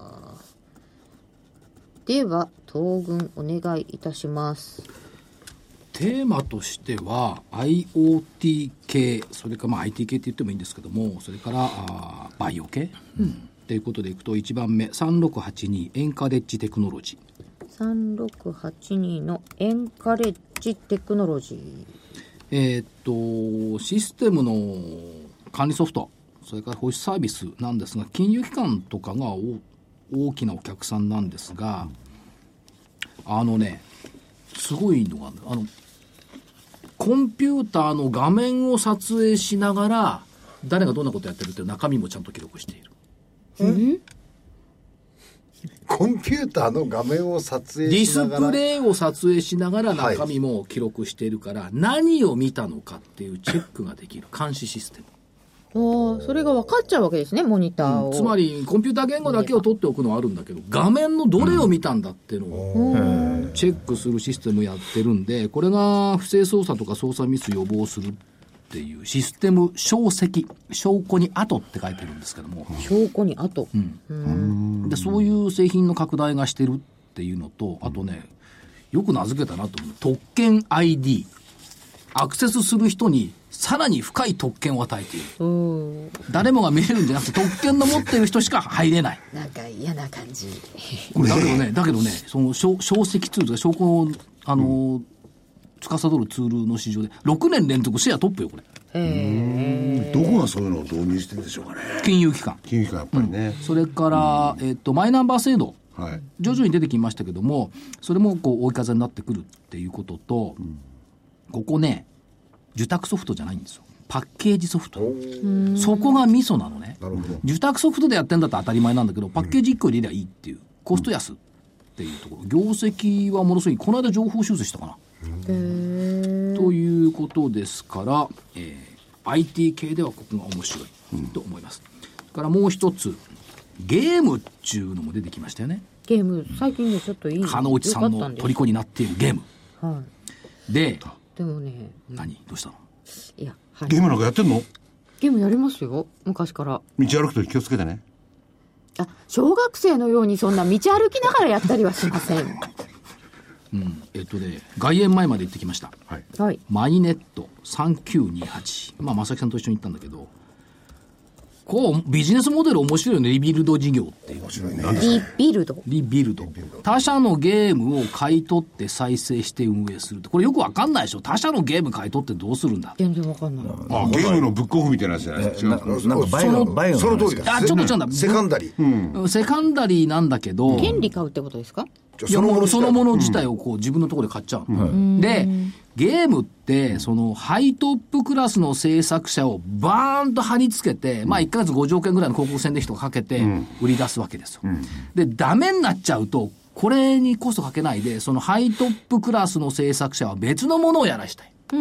では東軍お願いいたします。 テーマとしては アイオーティー 系、それからまあ アイティー 系って言ってもいいんですけども、それからあバイオ系、うん、ということでいくといちばんめさんろくはちにエンカレッジテクノロジー、 さんろくはちにのエンカレッジテクノロジー、 えー、っとシステムの管理ソフト、それから保守サービスなんですが、金融機関とかが大きなお客さんなんですが、あのねすごいのがあのコンピューターの画面を撮影しながら誰がどんなことやってるっていう中身もちゃんと記録している。 コンピューターの画面を撮影しながら、 ディスプレイを撮影しながら中身も記録しているから、はい、何を見たのかっていうチェックができる監視システム。 おそれが分かっちゃうわけですね、モニターを、 うん、つまりコンピューター言語だけを取っておくのはあるんだけど、画面のどれを見たんだっていうのをチェックするシステムやってるんで、これが不正操作とか操作ミス予防するっていうシステム証跡、証拠に後って書いてるんですけども、 証拠に後、うん、 うんでそういう製品の拡大がしてるっていうのと、あとね、よく名付けたなと思う、特権 アイディー、アクセスする人にさらに深い特権を与えている。誰もが見れるんじゃなくて、特権の持っている人しか入れない。 なんか嫌な感じ。 これだけどね、だけどね、その証証跡ツールが証拠をあの、うん、司るツールの市場でろくねん連続シェアトップよこれ。 へどこがそういうのを導入してるんでしょうかね。 金融機関。 金融機関やっぱりね。 うん、それから、えっとマイナンバー制度。はい、徐々に出てきましたけども、それもこう追い風になってくるっていうことと、うん、ここね。受託ソフトじゃないんですよ。パッケージソフト。そこがミソなのね。なるほど。受託ソフトでやってんだったら当たり前なんだけど、パッケージいっこ入れりゃいいっていう、コスト安っていうところ。業績はものすごい、この間情報修正したかな。ということですから、えー、アイティー 系ではここが面白いと思います。それからもう一つ、ゲームっていうのも出てきましたよね。 ゲーム、最近ね、ちょっといい。 鹿内さんの虜になっているゲーム。はい。で、 でもね、 何どうしたの？ いや、 はい、ゲームなんかやってんの？ ゲームやりますよ、昔から。 道歩くと気をつけてね。 あ、小学生のようにそんな道歩きながらやったりはしません。 うん、えっとね、外苑前まで行ってきました。はい。マイネットさんきゅうにはち。まあ、正木さんと一緒に行ったんだけど、こう、ビジネスモデル面白いよね、リビルド事業っていう。面白いね。 リビルド。 リビルド。他社のゲームを買い取って再生して運営するって。これよくわかんないでしょ。他社のゲーム買い取ってどうするんだ。 全然わかんない。 あ、ゲームのブックオフみたいなやつじゃないですか。 なんかバイオの、バイオの。 その通りだ。 あ、ちょっと違うんだ。 セカンダリー。 うん。セカンダリーなんだけど。 権利買うってことですか？ いや、もうそのもの自体をこう自分のところで買っちゃう、うん、でゲームってそのハイトップクラスの制作者をバーンと貼り付けて、うん、まあいっかげつごじゅうおくえんぐらいの広告宣伝費とかかけて売り出すわけですよ、うん、でダメになっちゃうとこれにコストかけないでそのハイトップクラスの制作者は別のものをやらしたい、うん、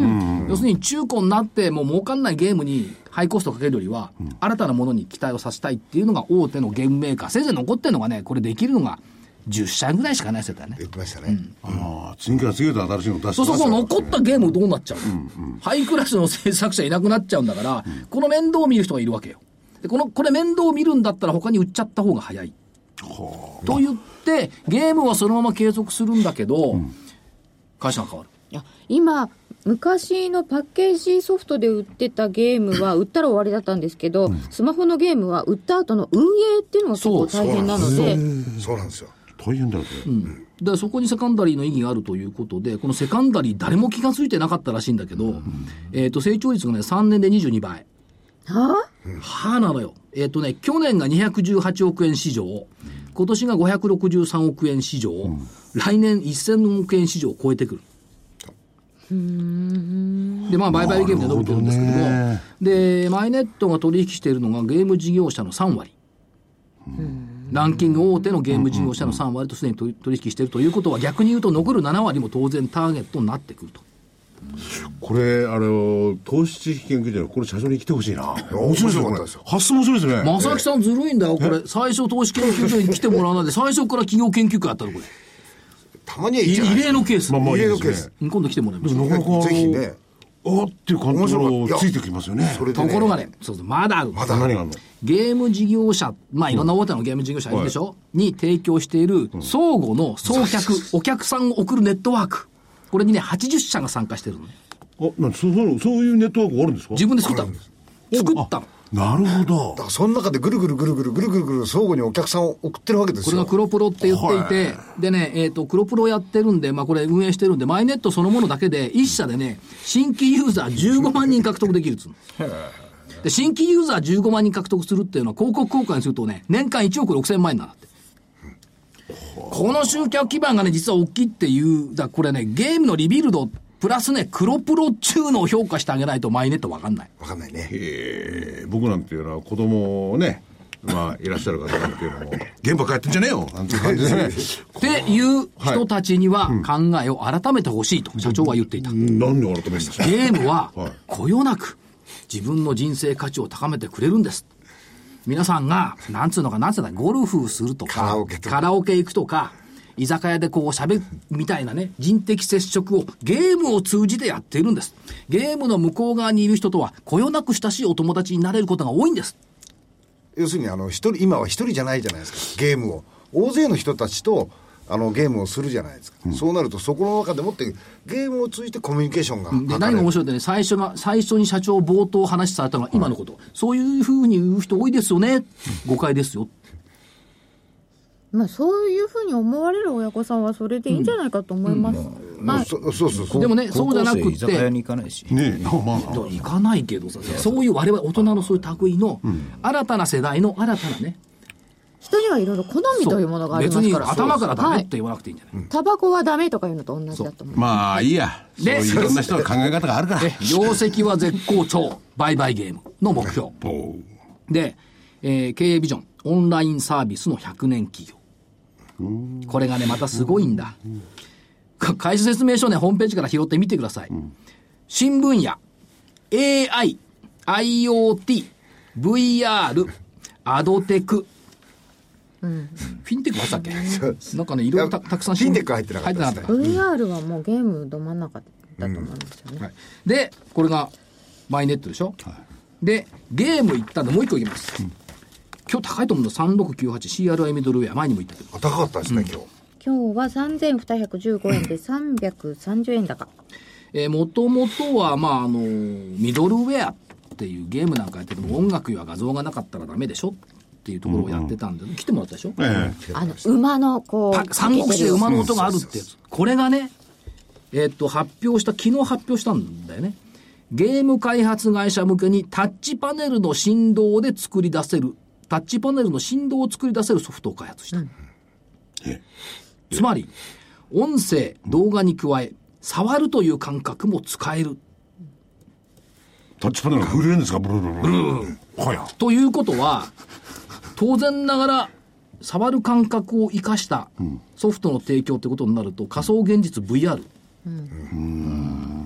要するに中古になってもう儲かんないゲームにハイコストかけるよりは、うん、新たなものに期待をさせたいっていうのが大手のゲームメーカーせいぜい残ってるのがねこれできるのがじゅっしゃぐらいしかないですよね。 言ってましたね。 うん、ああ、次から次へと新しいの出してそうそうそう、残ったゲームどうなっちゃう、うんうん、ハイクラスの制作者いなくなっちゃうんだから、うん、この面倒を見る人がいるわけよ。で、この、これ面倒を見るんだったら他に売っちゃった方が早い。はあ、と言って、ゲームはそのまま継続するんだけど、うん、会社が変わる。 いや、今、昔のパッケージソフトで売ってたゲームは売ったら終わりだったんですけど、うん、スマホのゲームは売った後の運営っていうのが結構大変なので。 そうなんですよ。 大変だよね、 うん、でそこにセカンダリーの意義があるということでこのセカンダリー誰も気がついてなかったらしいんだけど、うんえー、と成長率がねさんねんでにじゅうにばいはぁ、はぁなのよ。えっ、ー、とね去年がにひゃくじゅうはちおくえん市場今年がごひゃくろくじゅうさんおくえん市場、うん、来年せんおくえん市場を超えてくる。うーんでまあ売買ゲームで伸びてるんですけども、ね、でマイネットが取引しているのがゲーム事業者のさんわり、うんランキング大手のゲーム事業者のさんわりとすでに取引しているということは逆に言うと残るななわりも当然ターゲットになってくると。 これあの投資知識研究所のこれ社長に来てほしいな。面白いですよこれ。発想面白いですね。 正木さんずるいんだよこれ。最初投資研究所に来てもらわないで最初から企業研究会やったのこれ。 たまにはいいじゃない。 異例のケース。 まあまあいいですね。 異例のケース。今度来てもらいましょう。 なかなかぜひね。 あっていう感じがついてきますよね。 それでねところがね、そうそうまだある。 まだ何があるの？ ゲーム事業者、まあいろんな大手のゲーム事業者いるでしょ、はい、に提供している相互の送客、うん、お客さんを送るネットワーク。これにね、はちじゅっしゃが参加してるのね。 あ、なんそうそうそういうネットワークがあるんですか？ 自分で作ったの。作ったの。 なるほど。 だからその中でぐるぐるぐるぐるぐるぐるぐる相互にお客さんを送ってるわけですよ。 これが黒プロって言っていて、でね、えっと、黒プロやってるんで、まあこれ運営してるんで、マイネットそのものだけで、一社でね、新規ユーザーじゅうごまんにん獲得できるっつうの。で、新規ユーザーじゅうごまんにん獲得するっていうのは、広告効果にするとね、年間いちおくろくせんまんえんなんだって。この集客基盤がね、実は大きいっていう、だこれね、ゲームのリビルド、プラスね、黒プロっちゅうのを評価してあげないとマイネット分かんない。 分かんないね。 へえ、僕なんていうのは子供をね、 まあいらっしゃる方なんていうのも現場帰ってんじゃねえよなんて感じでねっていう人たちには考えを改めてほしいと社長は言っていた。 何で改めるんですか。 ゲームはこよなく自分の人生価値を高めてくれるんです。皆さんがなんつうのかなんつうのかゴルフするとかカラオケとかカラオケ行くとか居酒屋でこう喋るみたいなね、人的接触をゲームを通じてやっているんです。ゲームの向こう側にいる人とはこよなく親しいお友達になれることが多いんです。 要するにあの一人今は一人じゃないじゃないですか。ゲームを大勢の人たちとあのゲームをするじゃないですか、うん、そうなるとそこの中でもってゲームを通じてコミュニケーションが図れる。 で何が面白いってね、最初が最初に社長冒頭話されたのが今のこと、はい、そういうふうに言う人多いですよね、誤解ですよ。 まあ、そういうふうに思われる親御さんはそれでいいんじゃないかと思います、うんまあ、そうそうそう。 でもね、そうじゃなくて居酒屋に行かないし、 ねえ、まあ、 行かないけどさ、そういう我々大人のそういう類の新たな世代の新たなね、 人にはいろいろ好みというものがありますから、 別に頭からダメって言わなくていいんじゃない、 タバコはダメとかいうのと同じだと思う。 まあいいや、そういういろんな人の考え方があるから。 業績は絶好調、売買ゲームの目標で、えー、経営ビジョンオンラインサービスのひゃくねん企業。これがねまたすごいんだ。会社説明書ねホームページから拾ってみてください。新分野 エーアイ、アイオーティー、ブイアール、アドテク、うん、フィンテックあったっけなんかねいろいろ た, たくさんフィンテック入ってなかったですね。 ブイアール はもうゲームど真ん中だと思うんですよね、うんはい、 でこれがマイネットでしょ、はい、でゲームいったんでもう一個いきます、うん、今日高いと思うのさんろくきゅうはち シーアールアイ ミドルウェア前にも言ったけど高かったですね、うん、今日今日はさんぜんにひゃくじゅうごえんでさんびゃくさんじゅうえん高。 えー、もともとはまああのミドルウェアっていうゲームなんかやってても音楽や画像がなかったらダメでしょっていうところをやってたんで、うんうん、来てもらったでしょ、ええ、あの馬のこう三国志で馬の音があるってやつ、これがねえー、っと発表した昨日発表したんだよね。ゲーム開発会社向けにタッチパネルの振動で作り出せるタッチパネルの振動を作り出せるソフトを開発した、うん、つまり音声動画に加え触るという感覚も使える。 タッチパネルが震えるんですか。ブルブルブルブル、はや。 ということは当然ながら触る感覚を生かしたソフトの提供ってことになると仮想現実 ブイアール、うん、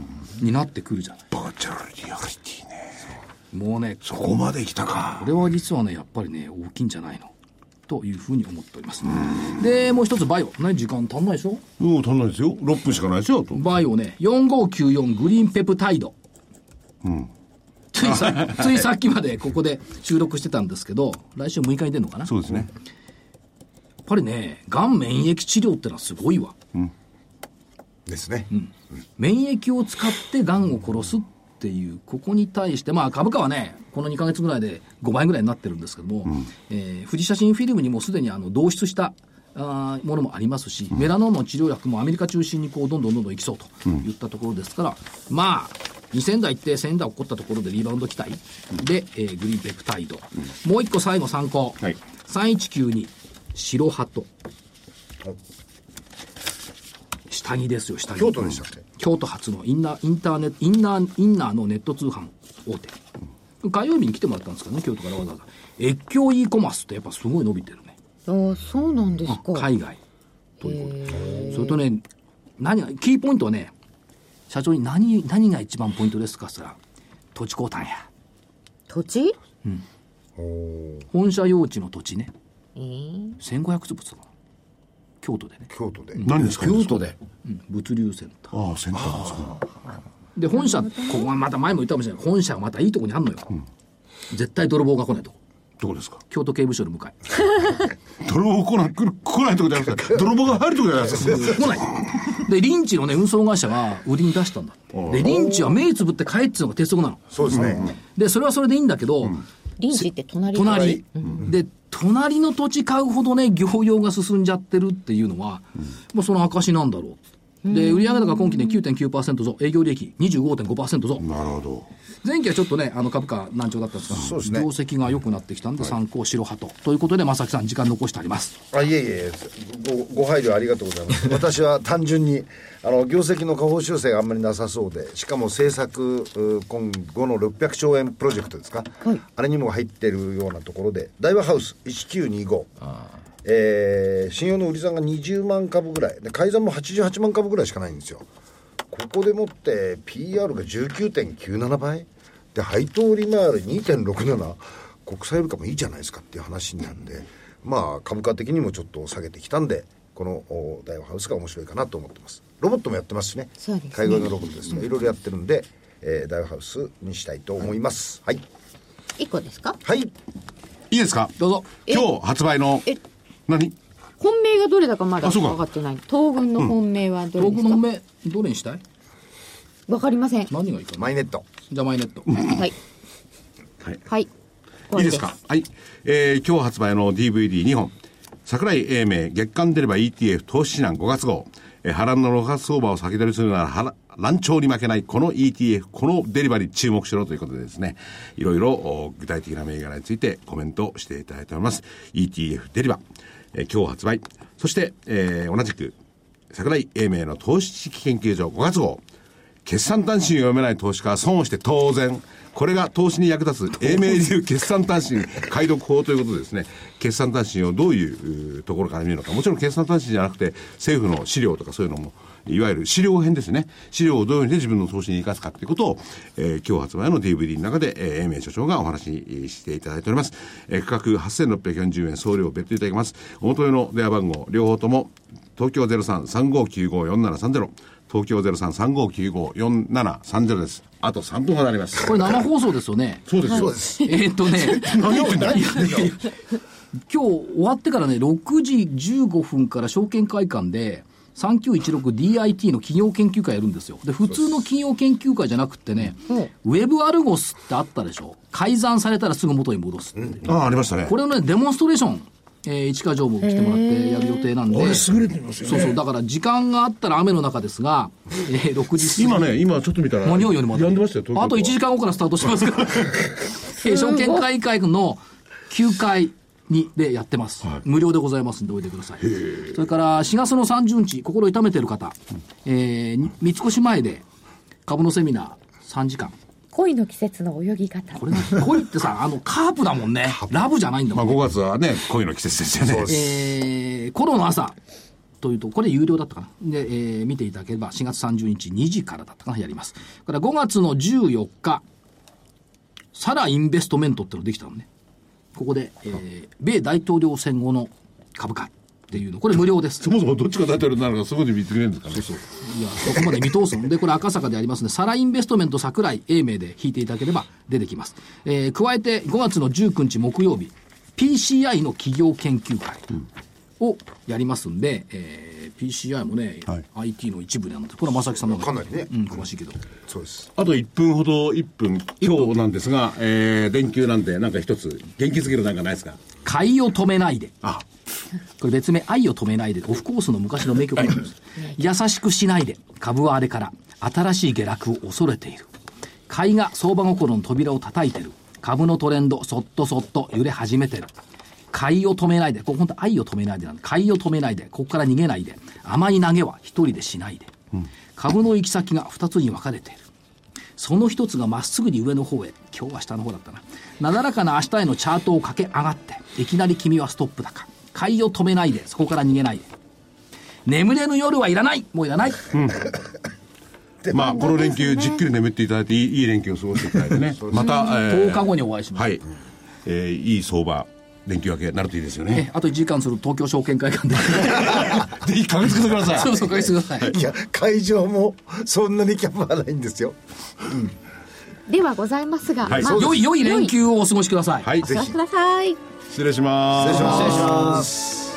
になってくるじゃない。 バーチャルリアリティね。 もうねそこまで来たか。 これは実はねやっぱりね大きいんじゃないのというふうに思っております。でもう一つバイオ、何時間足んないでしょ。 うん足んないですよ。ろっぷんしかないですよと。 バイオねよんごきゅうよんグリーンペプタイド、うんついさついさっきまでここで収録してたんですけど来週むいかに出るのかな。 そうですね。 やっぱりねがん免疫治療ってのはすごいわ、うん、 ですね、 うん、免疫を使ってがんを殺すっていうここに対してまあ株価はねこのにかげつぐらいでごばいぐらいになってるんですけども、うんえー、富士写真フィルムにもすでにあの導出したあものもありますし、うん、メラノーマの治療薬もアメリカ中心にこうどんどんどんどんいきそうといったところですから、うん、まあにせんだいいってせんだい起こったところでリバウンド期待で、えー、グリーンペプタイド、うん、もう一個最後参考、はい、さんいちきゅうに白鳩下着ですよ。下着京都でしたっけ。 京都発のインナーインターネットインナーインナーのネット通販大手、うん、火曜日に来てもらったんですけどね京都からわざわざ越境 e コマースってやっぱすごい伸びてるね。 ああそうなんですか。 海外ということそれとね何がキーポイントはね社長に 何, 何が一番ポイントですかって言ったら土地交換や。 土地、 うん、本社用地の土地ね、えー、せんごひゃくつぶつかな京都でね。 京都で、 うん、何ですか京都で、うん、物流センター。 ああセンターですか。 で本社ここはまた前も言ったかもしれない本社はまたいいとこにあるのよ、うん、絶対泥棒が来ないとこ。 どこですか。 京都刑務所の向かい泥棒来ない来ないとこじゃなくて泥棒が入るとこじゃないですか。 来ないでリンチのね運送会社が売りに出したんだ。でリンチは目つぶって買えっていうのが鉄則なの。 そうですね、うん、 でそれはそれでいいんだけど、うん、 リンチって隣隣、うん、で隣の土地買うほどね業用が進んじゃってるっていうのは、うん、もうその証なんだろう。 で売上高今期で きゅうてんきゅうパーセント 増、営業利益 にじゅうごてんごパーセント 増。 なるほど。 前期はちょっとねあの株価難聴だったんですが、そうですね、業績が良くなってきたんで参考しろ派と、はい、ということで正木さん時間残してあります。 あ、いえいえ、ご, ご配慮ありがとうございます私は単純にあの業績の下方修正があんまりなさそうで、しかも政策今後のろっぴゃくちょうえんプロジェクトですか、はい、あれにも入ってるようなところで、大和ハウスいちきゅうにご、えー、信用の売り算がにじゅうまんかぶぐらいで、買い算もはちじゅうはちまんかぶぐらいしかないんですよ。ここでもって ピーアール が じゅうきゅうてんきゅうななばいで、配当利回り にてんろくなな、国債よりかもいいじゃないですかっていう話になるんで、まあ株価的にもちょっと下げてきたんで、この大和ハウスが面白いかなと思ってます。ロボットもやってますしね、 そうですね、 海外のロボットですとかいろいろやってるんで、えー、大和ハウスにしたいと思います。はい、 いっこですか。 はい、 いいですか。 どうぞ。 今日発売の何本命がどれだかまだ分かってない。東軍の本命はどれですか。 東軍の本命どれにしたい。 分かりません。 何がいいかな。 マイネット。 じゃあマイネットはいはい、 はい、 いいですか。はい、えー、今日発売の ディーブイディーに ほん、櫻井英明月間出れば イーティーエフ 投資指南ごがつ号、えー、波乱のろくがつ相場を先取りするなら乱調に負けないこの イーティーエフ、 このデリバリー注目しろということでですね、いろいろ具体的な銘柄についてコメントしていただいております。 イーティーエフ デリバ、えー、今日発売。そして、えー、同じく櫻井英明の投資知識研究所ごがつ号、決算短信を読めない投資家は損をして当然、これが投資に役立つ英明流決算短信解読法ということでですね、決算短信をどういうところから見るのか、もちろん決算短信じゃなくて政府の資料とかそういうのも、いわゆる資料編ですね、資料をどういうふうに自分の投資に生かすかということを、えー、今日発売の ディーブイディー の中で、えー、英明所長がお話ししていただいております。えー、価格はっせんろっぴゃくよんじゅうえん、送料別途いただきます。お求めの電話番号両方とも東京 ゼロさん さんごきゅうご よんななさんゼロ、東京 ゼロさん さんごきゅうご よんななさんゼロ です。あとさんぷんほどあります。 これ生放送ですよね。 そうです、 そうです。 えーっとね何言ってんだ今日終わってからねろくじじゅうごふんから証券会館で さんきゅういちろくディーアイティー の企業研究会やるんですよ。で普通の企業研究会じゃなくってね、うん、ウェブアルゴスってあったでしょ。改ざんされたらすぐ元に戻すって、うん、 ああ、ありましたね。 これのねデモンストレーション、えー、市川常務来てもらってやる予定なんで、 あれ優れてますよね。 そうそう、だから時間があったら雨の中ですが、えー、ろくじ過ぎ今ね、今ちょっと見たら間に合うようにまでやんでましたよ。東京あといちじかんごからスタートしますからえー、証券会会のきゅうかいにでやってます、はい、無料でございますんでおいでください。それからしがつのさんじゅうにち心痛めてる方、うん、えー、三越前で株のセミナーさんじかん、 恋の季節の泳ぎ方。 これ恋ってさあのカープだもんねラブじゃないんだもんね、 まあ、ごがつはね恋の季節ですよね。 えー、コロの朝というとこれ有料だったかなで、えー、見ていただければしがつさんじゅうにちにじからだったかなやります。からごがつのじゅうよっかサラインベストメントってのできたのね。ここで、えー、米大統領選後の株価っていうのこれ無料です。 そもそもどっちが大統領になるかそこで見てくれるんですかね。 そうそう、いやそこまで見通すのでこれ赤坂でありますのでサラインベストメント櫻井英明で引いていただければ出てきます。えー、加えてごがつのじゅうくにち木曜日 ピーシーアイ の企業研究会をやりますんで、えー、ピーシーアイ もね、はい、アイティー の一部なのでこれは正木さんのかなりね、 うん、詳しいけど。 そうです。 あといっぷんほどいっぷん今日なんですが、えー、連休なんでなんか一つ元気づけるなんかないですか。 買いを止めないで。 あこれ別名愛を止めないでオフコースの昔の名曲なんです。優しくしないで株はあれから新しい下落を恐れている。買いが相場心の扉を叩いてる。株のトレンドそっとそっと揺れ始めてる。買いを止めないで、ここ本当愛を止めないでなんで、買いを止めないで、ここから逃げないで、甘い投げは一人でしないで、うん、株の行き先が二つに分かれている。その一つがまっすぐに上の方へ、今日は下の方だったな、なだらかな明日へのチャートを駆け上がっていきなり君はストップ高。買いを止めないで、そこから逃げないで。眠れぬ夜はいらない、もういらない、うんまあ、この連休じっくり眠っていただいていい、いい連休を過ごしていただいてねまた、えー、とおかごにお会いします、 はいえー、いい相場連休明けになるといいですよね。 あといちじかんする東京証券会館でぜひ駆けつけてください。 そうそう駆けつけてください。 いや会場もそんなにキャパはないんですよ、 うん、ではございますが、 はいまあ、良い良い連休をお過ごしください。 はい、お過ごしください。 失礼します。 失礼します。